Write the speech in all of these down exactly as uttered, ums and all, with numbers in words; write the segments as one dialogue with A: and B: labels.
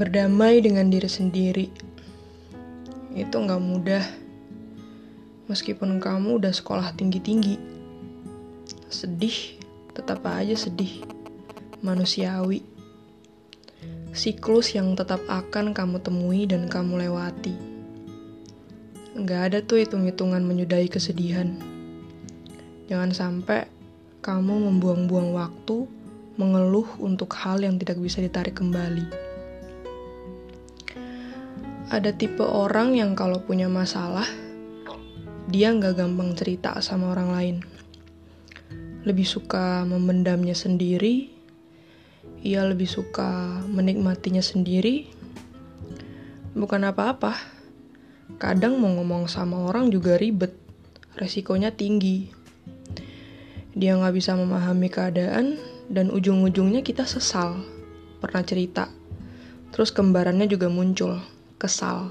A: Berdamai dengan diri sendiri itu gak mudah. Meskipun kamu udah sekolah tinggi-tinggi, sedih tetap aja sedih. Manusiawi. Siklus yang tetap akan kamu temui dan kamu lewati. Gak ada tuh hitung-hitungan menyudahi kesedihan. Jangan sampai kamu membuang-buang waktu mengeluh untuk hal yang tidak bisa ditarik kembali. Ada tipe orang yang kalau punya masalah, dia gak gampang cerita sama orang lain. Lebih suka memendamnya sendiri, ia lebih suka menikmatinya sendiri. Bukan apa-apa, kadang mau ngomong sama orang juga ribet, resikonya tinggi. Dia gak bisa memahami keadaan, dan ujung-ujungnya kita sesal. Pernah cerita, terus kembarannya juga muncul. Kesal.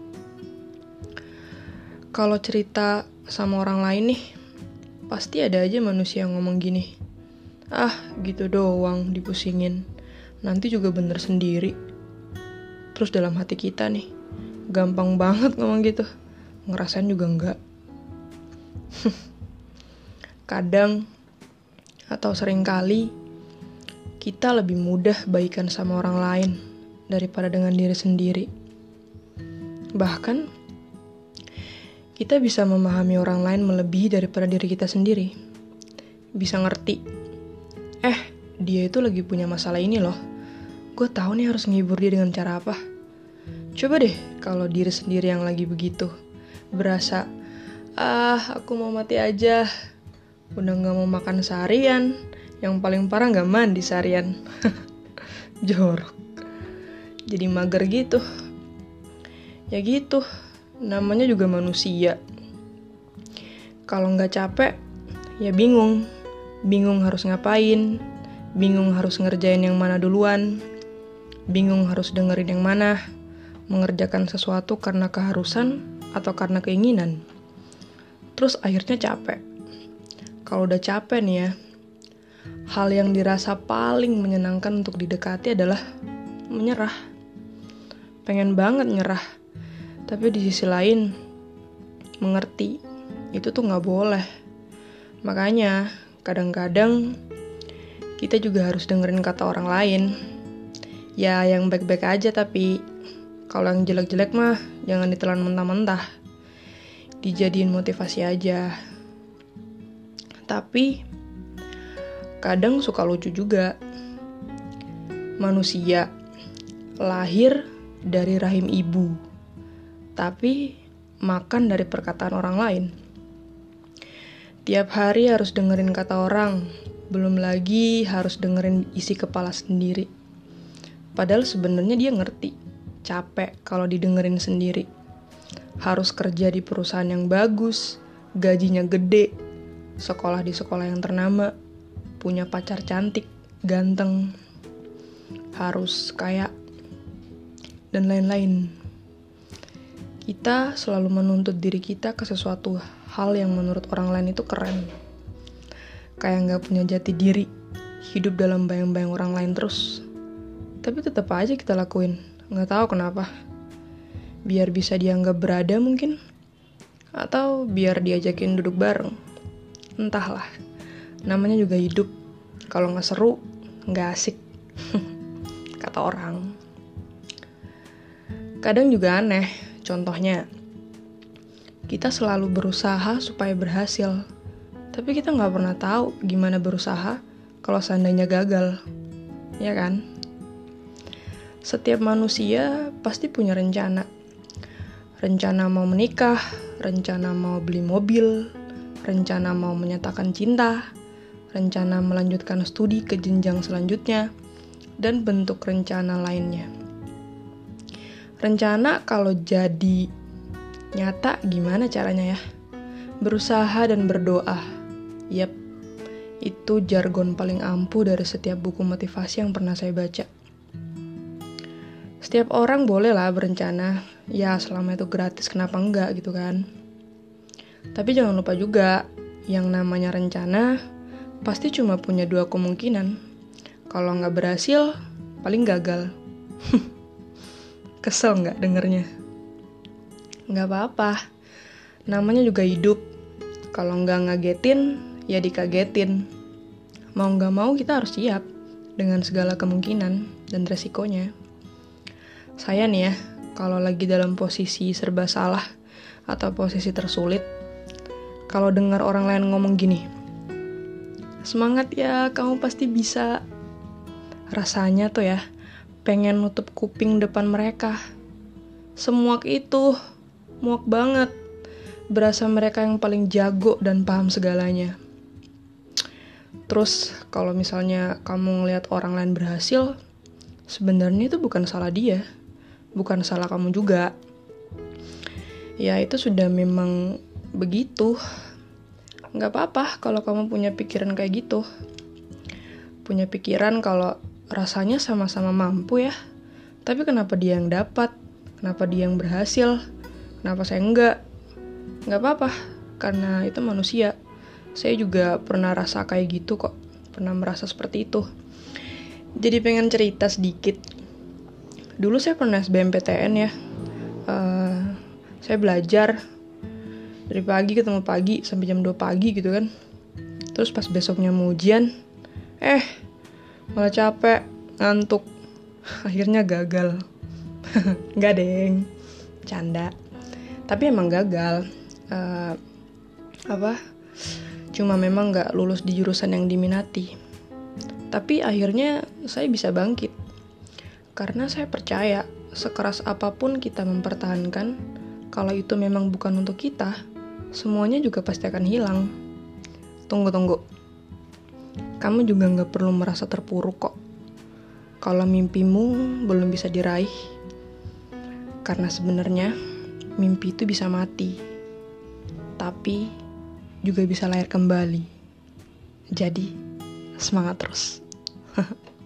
A: Kalau cerita sama orang lain nih, pasti ada aja manusia yang ngomong gini, ah gitu doang dipusingin, nanti juga bener sendiri. Terus dalam hati kita nih, gampang banget ngomong gitu, ngerasain juga enggak. Kadang atau seringkali kita lebih mudah baikan sama orang lain daripada dengan diri sendiri. Bahkan, kita bisa memahami orang lain melebihi daripada diri kita sendiri. Bisa ngerti, eh dia itu lagi punya masalah ini loh. Gue tahu nih harus nghibur dia dengan cara apa. Coba deh kalau diri sendiri yang lagi begitu. Berasa, ah aku mau mati aja. Udah gak mau makan seharian. Yang paling parah gak mandi seharian. Jorok. Jadi mager gitu. Ya gitu, namanya juga manusia. Kalau nggak capek, ya bingung. Bingung harus ngapain, bingung harus ngerjain yang mana duluan, bingung harus dengerin yang mana, mengerjakan sesuatu karena keharusan atau karena keinginan. Terus akhirnya capek. Kalau udah capek nih ya, hal yang dirasa paling menyenangkan untuk didekati adalah menyerah. Pengen banget nyerah. Tapi di sisi lain, mengerti, itu tuh gak boleh. Makanya, kadang-kadang, kita juga harus dengerin kata orang lain. Ya, yang baik-baik aja tapi, kalau yang jelek-jelek mah, jangan ditelan mentah-mentah. Dijadiin motivasi aja. Tapi, kadang suka lucu juga. Manusia, lahir dari rahim ibu. Tapi makan dari perkataan orang lain. Tiap hari harus dengerin kata orang, belum lagi harus dengerin isi kepala sendiri. Padahal sebenarnya dia ngerti, capek kalau didengerin sendiri. Harus kerja di perusahaan yang bagus, gajinya gede, sekolah di sekolah yang ternama, punya pacar cantik, ganteng, harus kaya, dan lain-lain. Kita selalu menuntut diri kita ke sesuatu hal yang menurut orang lain itu keren. Kayak gak punya jati diri, hidup dalam bayang-bayang orang lain terus. Tapi tetap aja kita lakuin, gak tahu kenapa. Biar bisa dianggap berada mungkin, atau biar diajakin duduk bareng. Entahlah, namanya juga hidup. Kalau gak seru, gak asik. Kata orang. Kadang juga aneh. Contohnya, kita selalu berusaha supaya berhasil, tapi kita nggak pernah tahu gimana berusaha kalau seandainya gagal, ya kan? Setiap manusia pasti punya rencana, rencana mau menikah, rencana mau beli mobil, rencana mau menyatakan cinta, rencana melanjutkan studi ke jenjang selanjutnya, dan bentuk rencana lainnya. Rencana kalau jadi nyata gimana caranya ya? Berusaha dan berdoa. Yap, itu jargon paling ampuh dari setiap buku motivasi yang pernah saya baca. Setiap orang boleh lah berencana, ya selama itu gratis kenapa enggak gitu kan. Tapi jangan lupa juga, yang namanya rencana pasti cuma punya dua kemungkinan. Kalau nggak berhasil, paling gagal. Kesel nggak dengernya? Nggak apa-apa, namanya juga hidup. Kalau nggak ngagetin, ya dikagetin. Mau nggak mau kita harus siap dengan segala kemungkinan dan resikonya. Saya nih ya, kalau lagi dalam posisi serba salah atau posisi tersulit, kalau dengar orang lain ngomong gini, semangat ya, kamu pasti bisa. Rasanya tuh ya, pengen nutup kuping depan mereka. Semuak itu, muak banget. Berasa mereka yang paling jago dan paham segalanya. Terus kalau misalnya kamu ngelihat orang lain berhasil, sebenarnya itu bukan salah dia, bukan salah kamu juga. Ya itu sudah memang begitu. Gak apa-apa kalau kamu punya pikiran kayak gitu. Punya pikiran kalau rasanya sama-sama mampu ya, tapi kenapa dia yang dapat? Kenapa dia yang berhasil? Kenapa saya enggak? Gak apa-apa, karena itu manusia. Saya juga pernah rasa kayak gitu kok, pernah merasa seperti itu. Jadi pengen cerita sedikit. Dulu saya pernah S B M P T N ya. Uh, saya belajar dari pagi ketemu pagi sampai jam dua pagi gitu kan. Terus pas besoknya mau ujian, eh malah capek, ngantuk. Akhirnya gagal. Nggak deng, canda. Tapi emang gagal. Uh, apa? Cuma memang nggak lulus di jurusan yang diminati. Tapi akhirnya saya bisa bangkit. Karena saya percaya, sekeras apapun kita mempertahankan, kalau itu memang bukan untuk kita, semuanya juga pasti akan hilang. Tunggu-tunggu. Kamu juga gak perlu merasa terpuruk kok kalau mimpimu belum bisa diraih. Karena sebenarnya mimpi itu bisa mati, tapi juga bisa lahir kembali. Jadi semangat terus.